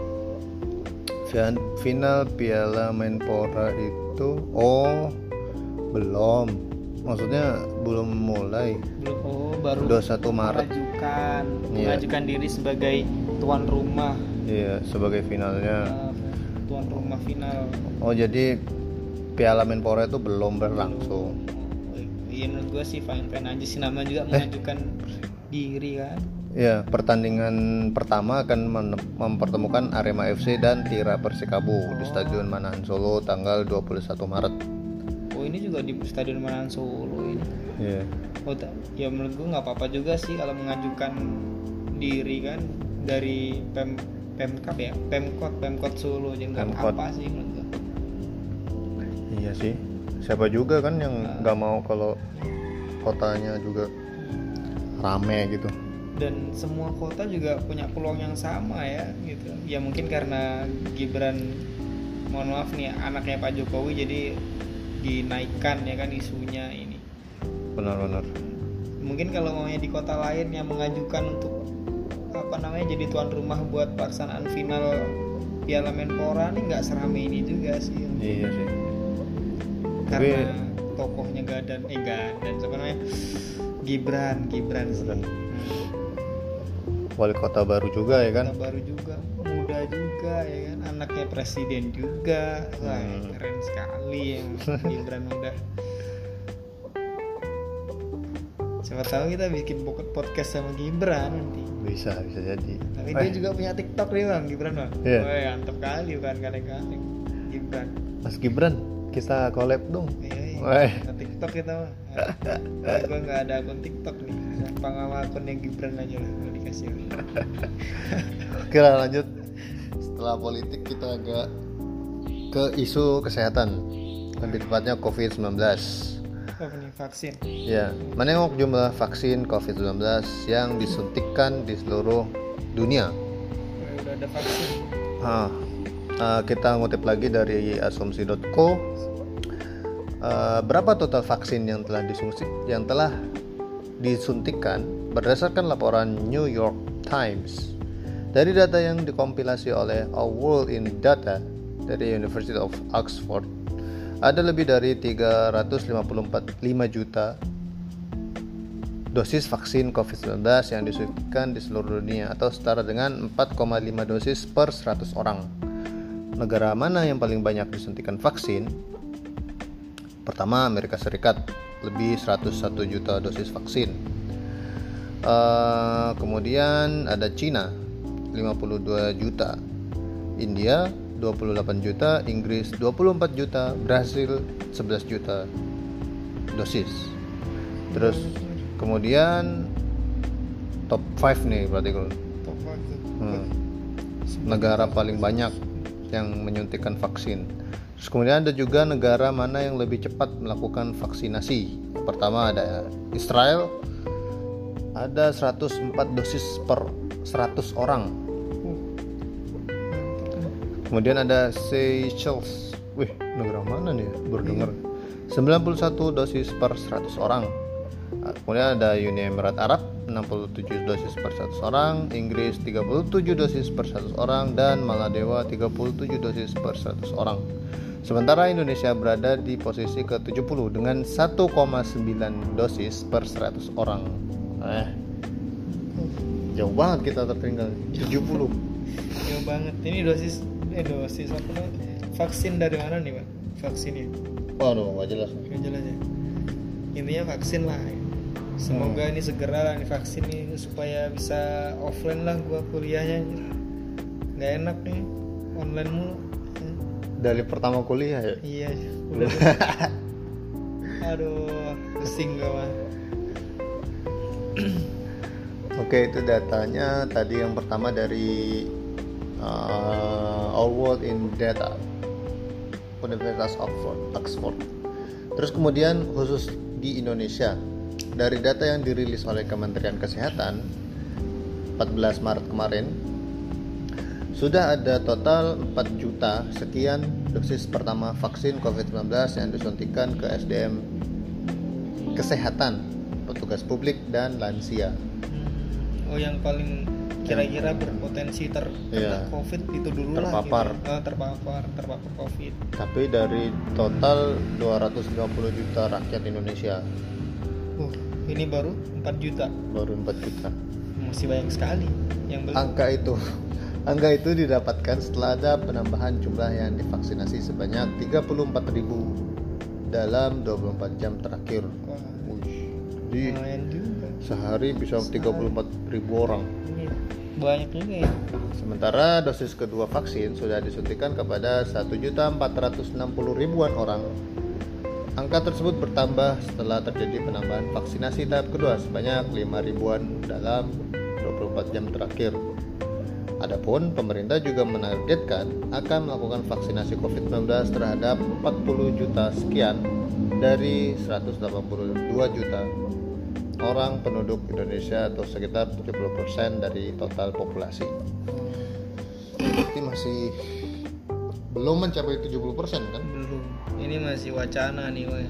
final Piala Menpora itu belum, maksudnya belum mulai. Baru 21 Maret mengajukan diri sebagai tuan rumah. Iya, sebagai finalnya. Tuan rumah final. Jadi Piala Menpora itu belum berlangsung. Iya, menurut gue sih fine-fine aja sih, namanya juga mengajukan diri kan. Ya, pertandingan pertama akan mempertemukan Arema FC dan Tira Persikabo di Stadion Manahan Solo tanggal 21 Maret. Ini juga di Stadion Manahan Solo ini. Iya. Ya menurut gue nggak apa-apa juga sih kalau mengajukan diri kan dari Pemkot Solo, jadi nggak apa sih menurut gue. Iya sih. Siapa juga kan yang nggak mau kalau kotanya juga rame gitu. Dan semua kota juga punya peluang yang sama ya gitu. Ya mungkin karena Gibran, mohon maaf nih, anaknya Pak Jokowi, jadi dinaikkan ya kan isunya ini. Benar. Mungkin kalau maunya di kota lain yang mengajukan untuk jadi tuan rumah buat pelaksanaan final Piala Menpora nih nggak seramai ini juga sih. Iya sih. Karena tokohnya Gadan siapa namanya? Gibran sih. Wali kota baru juga ya kan? Baru juga, muda juga ya kan, anaknya presiden juga. Wah, keren sekali yang Gibran muda. Siapa tahu kita bikin podcast sama Gibran nanti. Bisa jadi. Tapi dia juga punya TikTok nih Bang, Gibran Bang. Yeah. Wah, mantap kali, bukan kaleng-kaleng Gibran. Mas Gibran, kita collab dong. Iya. TikTok kita mah. Gue nggak ada akun TikTok nih. Sama akunnya Gibran aja lah, mau dikasih. Oke lah, lanjut. Setelah politik kita agak ke isu kesehatan, lebih tepatnya COVID-19. Vaksin. Ya, menengok jumlah vaksin COVID-19 yang disuntikkan di seluruh dunia. Udah ada vaksin. Kita ngutip lagi dari asumsi.co. Berapa total vaksin yang telah disuntikkan berdasarkan laporan New York Times. Dari data yang dikompilasi oleh A World in Data dari University of Oxford, ada lebih dari 355 juta dosis vaksin COVID-19 yang disuntikan di seluruh dunia, atau setara dengan 4,5 dosis per 100 orang. Negara mana yang paling banyak disuntikan vaksin? Pertama, Amerika Serikat, lebih 101 juta dosis vaksin. Kemudian ada Cina, 52 juta. India, 28 juta, Inggris 24 juta, Brasil 11 juta dosis. Terus kemudian top 5 nih berarti kalau Top 5 negara paling banyak yang menyuntikkan vaksin. Terus kemudian ada juga negara mana yang lebih cepat melakukan vaksinasi. Pertama ada Israel, ada 104 dosis per 100 orang. Kemudian ada Seychelles, negara mana nih? Baru dengar. 91 dosis per 100 orang. Kemudian ada Uni Emirat Arab, 67 dosis per 100 orang, Inggris 37 dosis per 100 orang, dan Maladewa 37 dosis per 100 orang. Sementara Indonesia berada di posisi ke-70 dengan 1,9 dosis per 100 orang. Jauh banget kita tertinggal, 70. Jauh banget. Ini dosis apa namanya? Vaksin dari mana nih, Pak? Vaksinnya? Waduh, nggak jelas. Nggak jelas ya. Intinya vaksin lah. Semoga ini segera lah nih vaksin nih supaya bisa offline lah gua kuliahnya. Nggak enak nih online mulu. Dari pertama kuliah ya? Iya, udah. Aduh, pusing gua mah. Oke, itu datanya tadi yang pertama dari Our World in Data, Universitas Oxford. Terus kemudian khusus di Indonesia, dari data yang dirilis oleh Kementerian Kesehatan 14 Maret kemarin, sudah ada total 4 juta sekian dosis pertama vaksin COVID-19 yang disuntikan ke SDM kesehatan, petugas publik, dan lansia. Oh, yang paling kira-kira berpotensi terkena COVID itu dulu terpapar. Lah gitu. Terpapar COVID. Tapi dari total 250 juta rakyat Indonesia. Ini baru 4 juta. Baru 4 juta. Masih banyak sekali yang belum. Angka itu didapatkan setelah ada penambahan jumlah yang divaksinasi sebanyak 34.000 dalam 24 jam terakhir. Jadi sehari bisa 34.000 orang. Banyak juga ya. Sementara dosis kedua vaksin sudah disuntikan kepada 1.460.000-an orang. Angka tersebut bertambah setelah terjadi penambahan vaksinasi tahap kedua sebanyak 5.000-an dalam 24 jam terakhir. Adapun pemerintah juga menargetkan akan melakukan vaksinasi COVID-19 terhadap 40 juta sekian dari 182 juta orang penduduk Indonesia atau sekitar 70% dari total populasi. Berarti masih belum mencapai 70% kan? Belum. Ini masih wacana nih, Pak.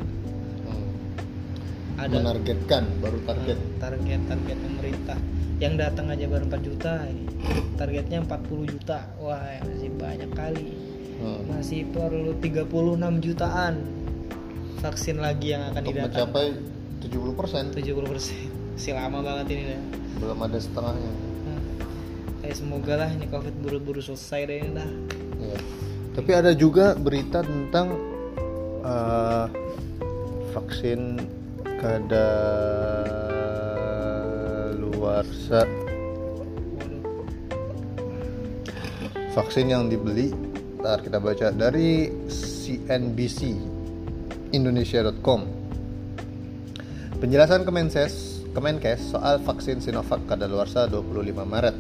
Ada menargetkan, baru target pemerintah. Yang datang aja baru 4 juta. Targetnya 40 juta. Wah, masih banyak kali. Masih perlu 36 jutaan vaksin lagi yang akan didatangkan. Mencapai 70%. 70%. Masih lama banget ini deh. Belum ada setengahnya. Semoga lah ini COVID buru-buru selesai deh dah. Ya. Tapi ada juga berita tentang vaksin kadaluarsa. Vaksin yang dibeli, ntar kita baca dari CNBC Indonesia.com. Penjelasan Kemenkes soal vaksin Sinovac kadaluarsa 25 Maret.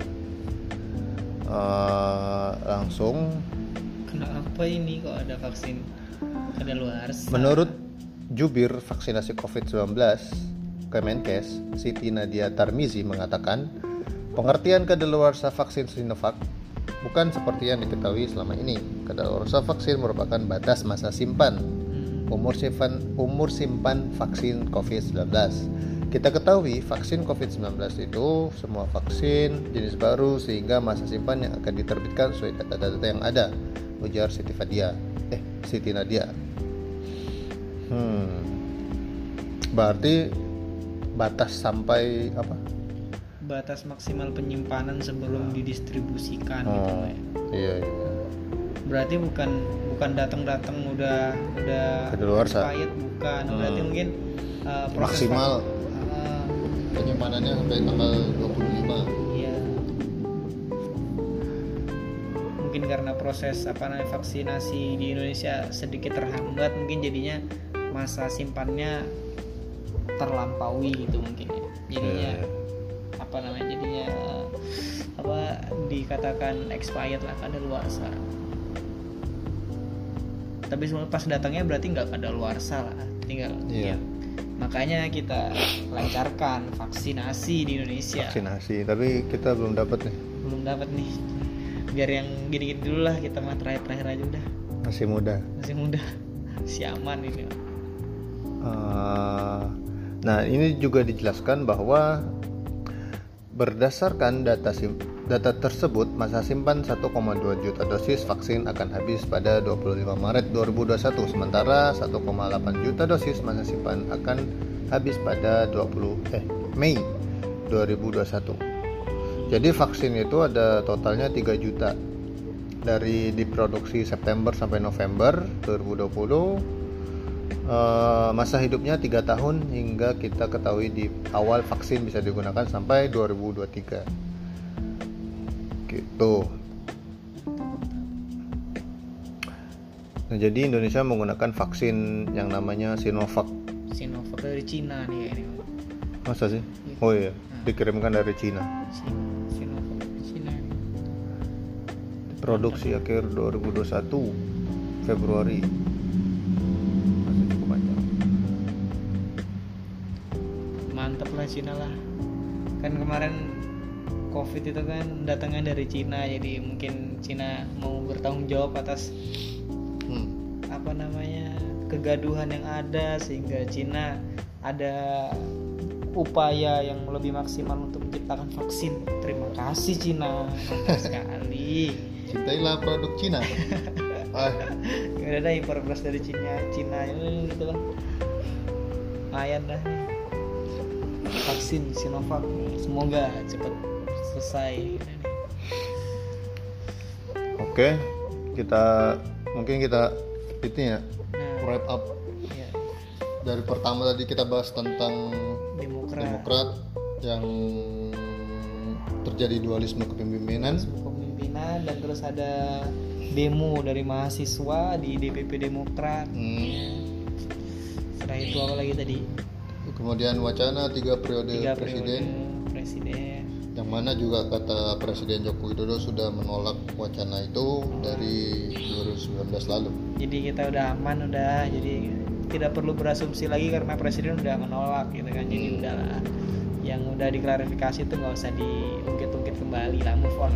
Langsung, kenapa ini kok ada vaksin kadaluarsa? Menurut Jubir Vaksinasi COVID-19 Kemenkes, Siti Nadia Tarmizi mengatakan, pengertian kadaluarsa vaksin Sinovac bukan seperti yang diketahui selama ini. Kadaluarsa vaksin merupakan batas masa simpan, umur simpan vaksin COVID-19. Kita ketahui vaksin COVID-19 itu semua vaksin jenis baru sehingga masa simpan yang akan diterbitkan sesuai data-data yang ada, ujar Siti Nadia. Berarti batas sampai apa? Batas maksimal penyimpanan sebelum didistribusikan gitu ya. Iya. Berarti bukan datang udah expired, bukan. Berarti mungkin maksimal penyimpanannya sampai tanggal 25. Iya. Mungkin karena proses vaksinasi di Indonesia sedikit terhambat, mungkin jadinya masa simpannya terlampaui gitu mungkin ya. Jadinya jadinya dikatakan expired lah, kadaluarsa. Tapi semua pas datangnya berarti nggak kadaluarsa lah, tinggal ya. Makanya kita lancarkan vaksinasi di Indonesia. Vaksinasi, tapi kita belum dapat nih. Biar yang gini-gini dulu lah, kita mah terakhir aja udah. Masih muda. Si aman ini. Nah, ini juga dijelaskan bahwa berdasarkan data tersebut, masa simpan 1,2 juta dosis vaksin akan habis pada 25 Maret 2021, sementara 1,8 juta dosis masa simpan akan habis pada Mei 2021. Jadi vaksin itu ada totalnya 3 juta dari diproduksi September sampai November 2020. Masa hidupnya 3 tahun hingga kita ketahui di awal vaksin bisa digunakan sampai 2023 gitu. Nah, jadi Indonesia menggunakan vaksin yang namanya Sinovac dari Cina nih ini. Masa sih? Oh iya, dikirimkan dari Cina. Sinovac dari Cina. Produksi akhir 2021 Februari. Mantap lah Cina lah. Kan kemarin COVID itu kan datangnya dari Cina, jadi mungkin Cina mau bertanggung jawab atas kegaduhan yang ada, sehingga Cina ada upaya yang lebih maksimal untuk menciptakan vaksin. Terima kasih Cina, mantap sekali. Cintailah produk Cina. Gak ada impor beras dari Cina ini gitu lah. Lumayan dah nih. Vaksin Sinovac, semoga cepat selesai. Oke, kita itu ya, wrap up. Ya. Dari pertama tadi kita bahas tentang Demokrat yang terjadi dualisme kepemimpinan, dan terus ada demo dari mahasiswa di DPP Demokrat. Setelah itu apa lagi tadi? Kemudian wacana 3 periode presiden, yang mana juga kata Presiden Joko Widodo sudah menolak wacana itu dari 2019 lalu. Jadi kita udah aman, jadi tidak perlu berasumsi lagi karena Presiden udah menolak gitu kan. Jadi udahlah, yang udah diklarifikasi itu nggak usah diungkit-ungkit kembali lah, move on.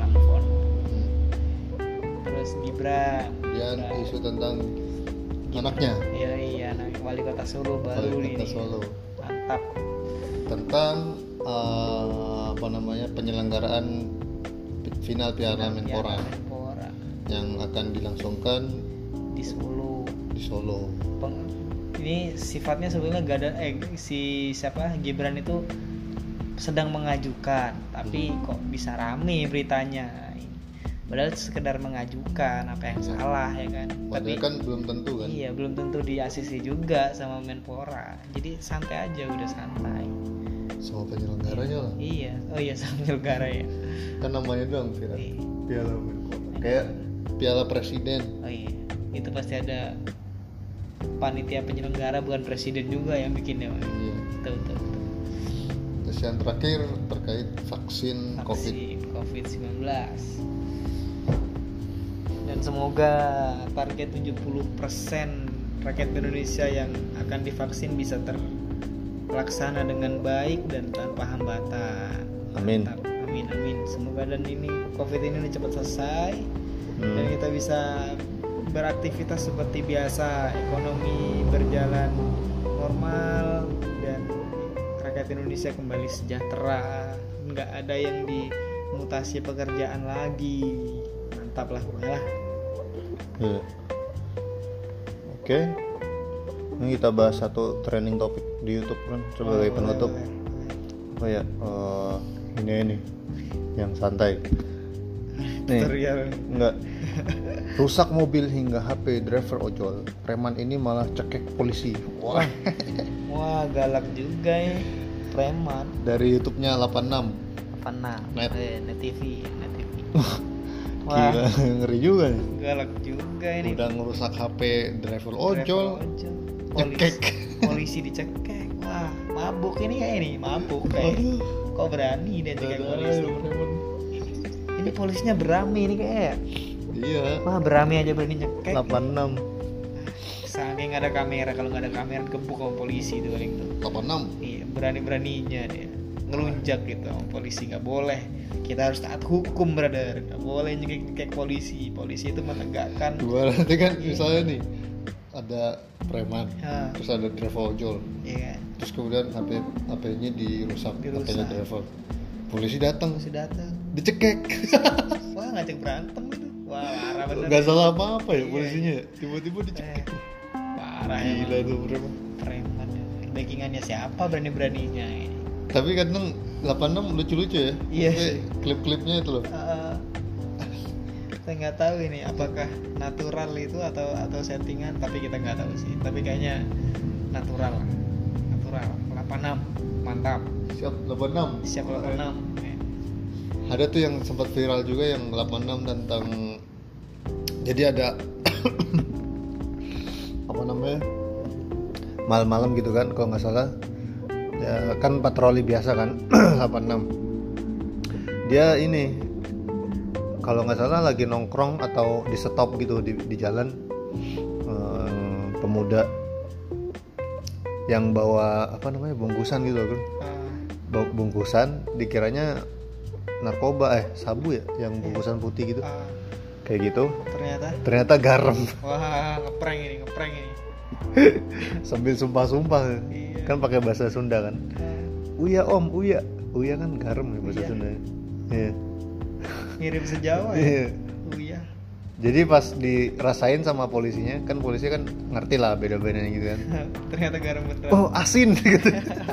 Terus Gibran. Kemudian isu tentang anaknya. Iya, anak wali kota Solo baru ini. Solo. Mantap. Tentang penyelenggaraan final Piala Menpora yang akan dilangsungkan di Solo. Ini sifatnya sebetulnya gak ada Gibran itu sedang mengajukan, tapi kok bisa rame beritanya. Padahal sekedar mengajukan, apa yang salah ya kan? Tapi kan belum tentu kan? Iya, belum tentu di ACC juga sama Menpora. Jadi santai aja, udah santai. Sama penyelenggaranya lah. Iya, sama penyelenggara ya. Kan namanya doang Piala Menpora. Kayak Piala Presiden. Oh iya, itu pasti ada panitia penyelenggara, bukan presiden juga yang bikinnya. Iya. Betul. Terus yang terakhir terkait vaksin COVID-19. Dan semoga target 70% rakyat Indonesia yang akan divaksin bisa terlaksana dengan baik dan tanpa hambatan. Amin. Semoga dan ini COVID ini cepat selesai dan kita bisa beraktivitas seperti biasa, ekonomi berjalan normal dan rakyat Indonesia kembali sejahtera, nggak ada yang dimutasi pekerjaan lagi. Mantap lah pokoknya lah. Ya. Oke. Ini kita bahas satu trending topik di YouTube kan sebagai penutup. Apa ya? Ini yang santai. Nih, enggak. Rusak mobil hingga HP driver ojol. Preman ini malah cekek polisi. Wah, galak juga ya preman. Dari YouTube-nya 86. Net TV. Wah, gila, ngeri juga nih. galak juga ini. Udah ngerusak HP driver ojol. Cekek. Polisi dicekek. Wah, mabuk ini kayak ini, mabuk kayak. Kok berani dia cekek polisi? Ini polisinya berani ini kayak. Iya. Wah, berani aja berani nyekek. 86. Saking ada kamera, kalau nggak ada kamera gebuk sama polisi itu paling tuh. 86. Iya, berani-beraninya dia ngelunjak gitu sama polisi. Nggak boleh, kita harus taat hukum brother, nggak boleh nyekek polisi. Polisi itu menegakkan. Dua nanti kan misalnya nih ada preman, Ya. terus ada driver ojol, Iya, terus kemudian HP-nya dirusak, HP-nya driver. Polisi datang, polisi datang. dicekek. Wah, ngajak berantem gitu. Wah, parah bener. Gak salah apa-apa ya Iya. polisinya, tiba-tiba dicekek. Parah Gila emang. tuh preman. Preman. Backingannya siapa berani-beraninya ini? Tapi kadang 86 lucu-lucu ya. Iya Maksudnya sih. klip-klipnya itu loh. Saya nggak tahu ini apakah natural itu atau settingan, tapi kita nggak tahu sih. Tapi kayaknya natural. 86 mantap. Siap 86. Siap 86. Ada tuh yang sempat viral juga yang 86 tentang, jadi ada apa namanya, malam-malam gitu kan kalau nggak salah ya, kan patroli biasa kan. 86 dia ini kalau nggak salah lagi nongkrong atau di stop gitu di jalan, pemuda yang bawa apa namanya bungkusan gitu kan, bawa bungkusan dikiranya narkoba, sabu ya, yang bungkusan putih gitu kayak gitu, ternyata garam. Wah, ngeprank ini Sambil sumpah-sumpah. Iya. Kan pakai bahasa Sunda kan, uya om, uya kan garam ya bahasa Iya. Sunda. Iya. mirip sejawa Iya. ya. Iya. Jadi pas dirasain sama polisinya, kan polisi kan ngerti lah beda-bedanya gitu kan. Ternyata garam beneran. Oh asin gitu.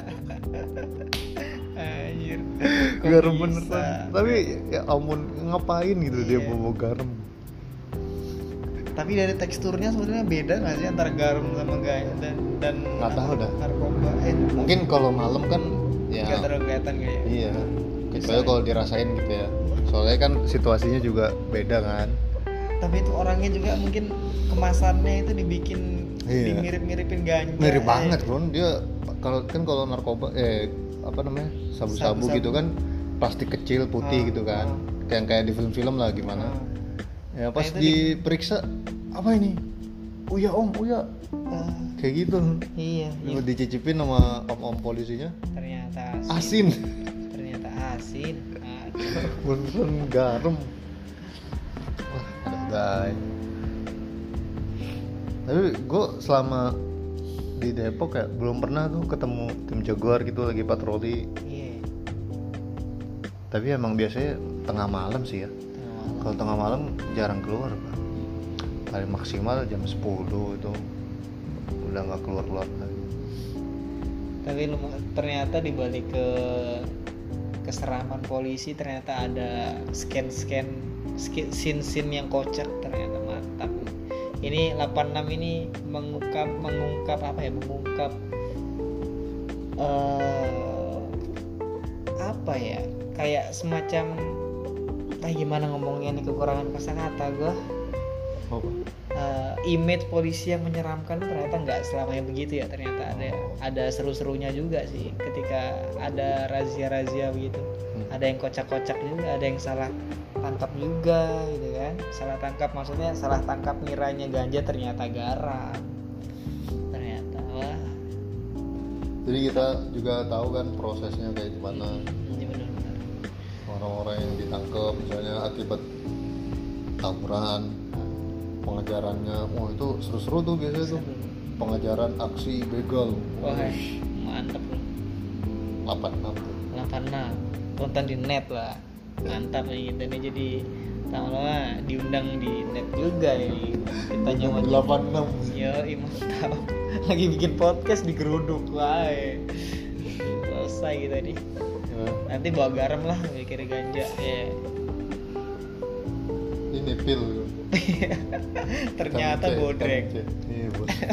Anjir. Kok Garam bisa? beneran. Tapi ya ampun, ngapain gitu dia Iya. bawa garam. Tapi dari teksturnya sebenarnya beda nggak sih antara garam sama dan Nggak tahu dah. narkoba? Mungkin kalau malam kan ya Nggak terlalu kelihatan kayak. iya. Kecuali kalau dirasain gitu ya. Soalnya kan situasinya juga beda kan. Tapi itu orangnya juga mungkin kemasannya itu dibikin Iya. dimirip-miripin ganja. Mirip banget Ron, dia kalau narkoba apa namanya, sabu-sabu Sabu-sabu. gitu kan plastik kecil putih gitu kan, kayak di film-film lah gimana. Ya pas itu diperiksa, apa ini? Uya om, uya, kayak gitu. Iya. Lalu dicicipin sama om polisinya, Ternyata asin. Ternyata asin. Beneran garam. Wah ada guys. Tapi gue selama di Depok ya belum pernah tuh ketemu tim jaguar gitu lagi patroli. Iya. Tapi emang biasanya tengah malam sih ya. Kalau tengah malam jarang keluar Pak. Paling maksimal jam 10 itu udah nggak keluar lagi. Tapi ternyata dibalik ke keseraman polisi ternyata ada scene yang kocak, ternyata mantap. Ini 86 ini mengungkap apa ya? Mengungkap apa ya? Kayak semacam gimana ngomongnya nih, kekurangan kosakata gue. Image polisi yang menyeramkan ternyata nggak selamanya begitu ya. Ternyata ada seru-serunya juga sih ketika ada razia begitu. Ada yang kocak-kocak juga, ada yang salah tangkap juga gitu kan. Salah tangkap maksudnya salah tangkap ngiranya ganja ternyata garam. Ternyata wah. Jadi kita juga tahu kan prosesnya kayak gimana. Ini benar-benar. Orang-orang yang ditangkap misalnya akibat tawuran, pengejarannya, itu seru-seru tuh biasanya tuh. Pengejaran aksi begal. Wah, mantap loh. 86 tuh. 86 tonton di net lah, mantap nih kita nih, jadi lama-lama diundang di net juga ini. Kita nyoba 86. Yo, mantap. Lagi bikin podcast di geruduk, wah. Selesai kita nih. Ya. Nanti bawa garam lah, mikir ganja. Ya. Ini pil. Ternyata bodrek. Iya, bodrek.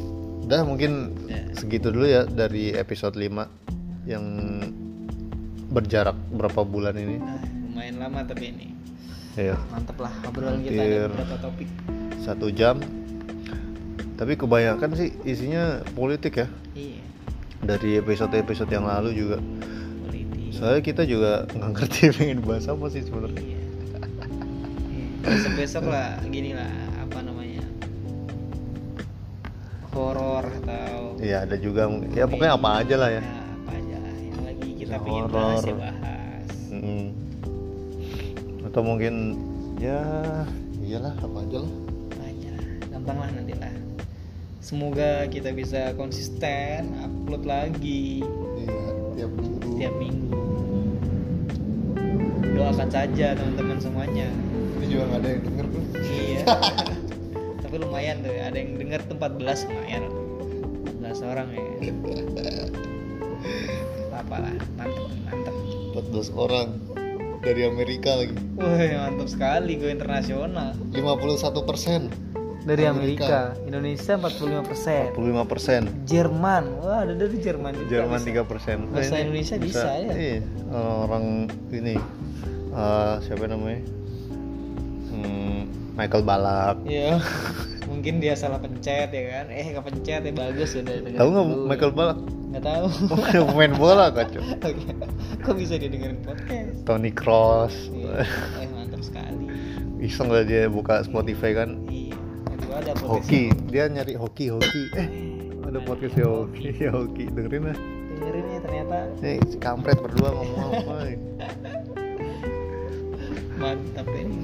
Udah mungkin segitu dulu ya dari episode 5 yang berjarak berapa bulan ini. Nah, lumayan lama tapi ini. Iya. Mantep lah obrolan kita Hampir ada beberapa topik. 1 jam. Tapi kebanyakan sih isinya politik ya. Iya, Dari episode-episode yang lalu juga. politik. Soalnya kita juga nggak ngerti pengen bahas apa sih sebenarnya. Iya. Besok-besok lah gini lah, apa namanya, horor atau Iya, ada juga ya pokoknya apa aja lah ya. apa aja lah yang lagi kita Yang pengen horor. bahas ya bahas. Mm-mm. Atau mungkin ya iyalah apa aja lah. Apa aja lah, gampang lah nanti lah. Semoga kita bisa konsisten upload lagi Iya, tiap minggu. setiap minggu. Doakan saja teman-teman semuanya. Ini juga nggak ada yang denger tuh. Iya. Tapi lumayan tuh, ada yang denger tuh 14 lumayan. 14 orang ya. Apa lah, mantap. 14 orang dari Amerika lagi. Wih, mantap sekali, gue internasional. 51%. Dari Amerika. Indonesia 45%. 45%. Jerman, wah ada dari Jerman juga. Jerman bisa. 3%. Bahasa Ini Indonesia bisa ya? Iya, orang ini siapa namanya? Michael Balak. Iya. Mungkin dia salah pencet ya kan? Nggak pencet ya, bagus udah. Tahu nggak Michael Balak? Nggak tahu. Main bola kacau. Oke. Kok bisa dia dengerin podcast? Toni Kroos. Iya. Mantap sekali. Iseng lah dia buka Spotify kan. Iya. Itu ada podcast. Hoki, dia nyari hoki. Ada podcast ya hoki, dengerin lah. Dengerin ya ternyata Nih si kampret berdua ngomong apa? mantap ini.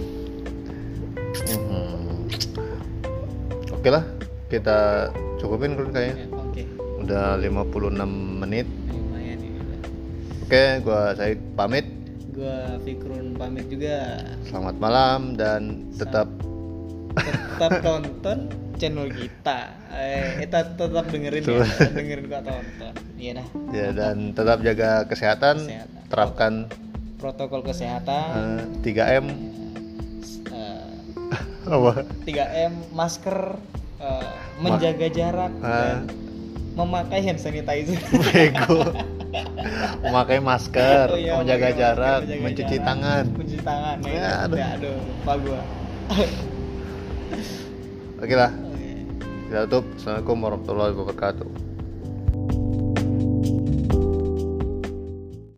Oke lah, kita cukupin kan kayaknya. Ya, oke. Udah 56 menit. Lumayan ya udah. Oke, saya pamit. Gua Fikrun pamit juga. Selamat malam dan tetap tonton channel kita. Tetap dengerin Tuh. ya. Dengerin gua tonton. Iya dah. ya dan tetap jaga kesehatan. Terapkan Protokol kesehatan. 3M. Apa? 3M, masker, menjaga jarak dan memakai hand sanitizer. Bego. Memakai masker, Oh iya, menjaga memakai jarak, masker, menjaga mencuci jarak, tangan. mencuci tangan. Ya, aduh. Aduh, lupa gua. Oke lah, Oke. kita tutup. Assalamualaikum warahmatullahi wabarakatuh.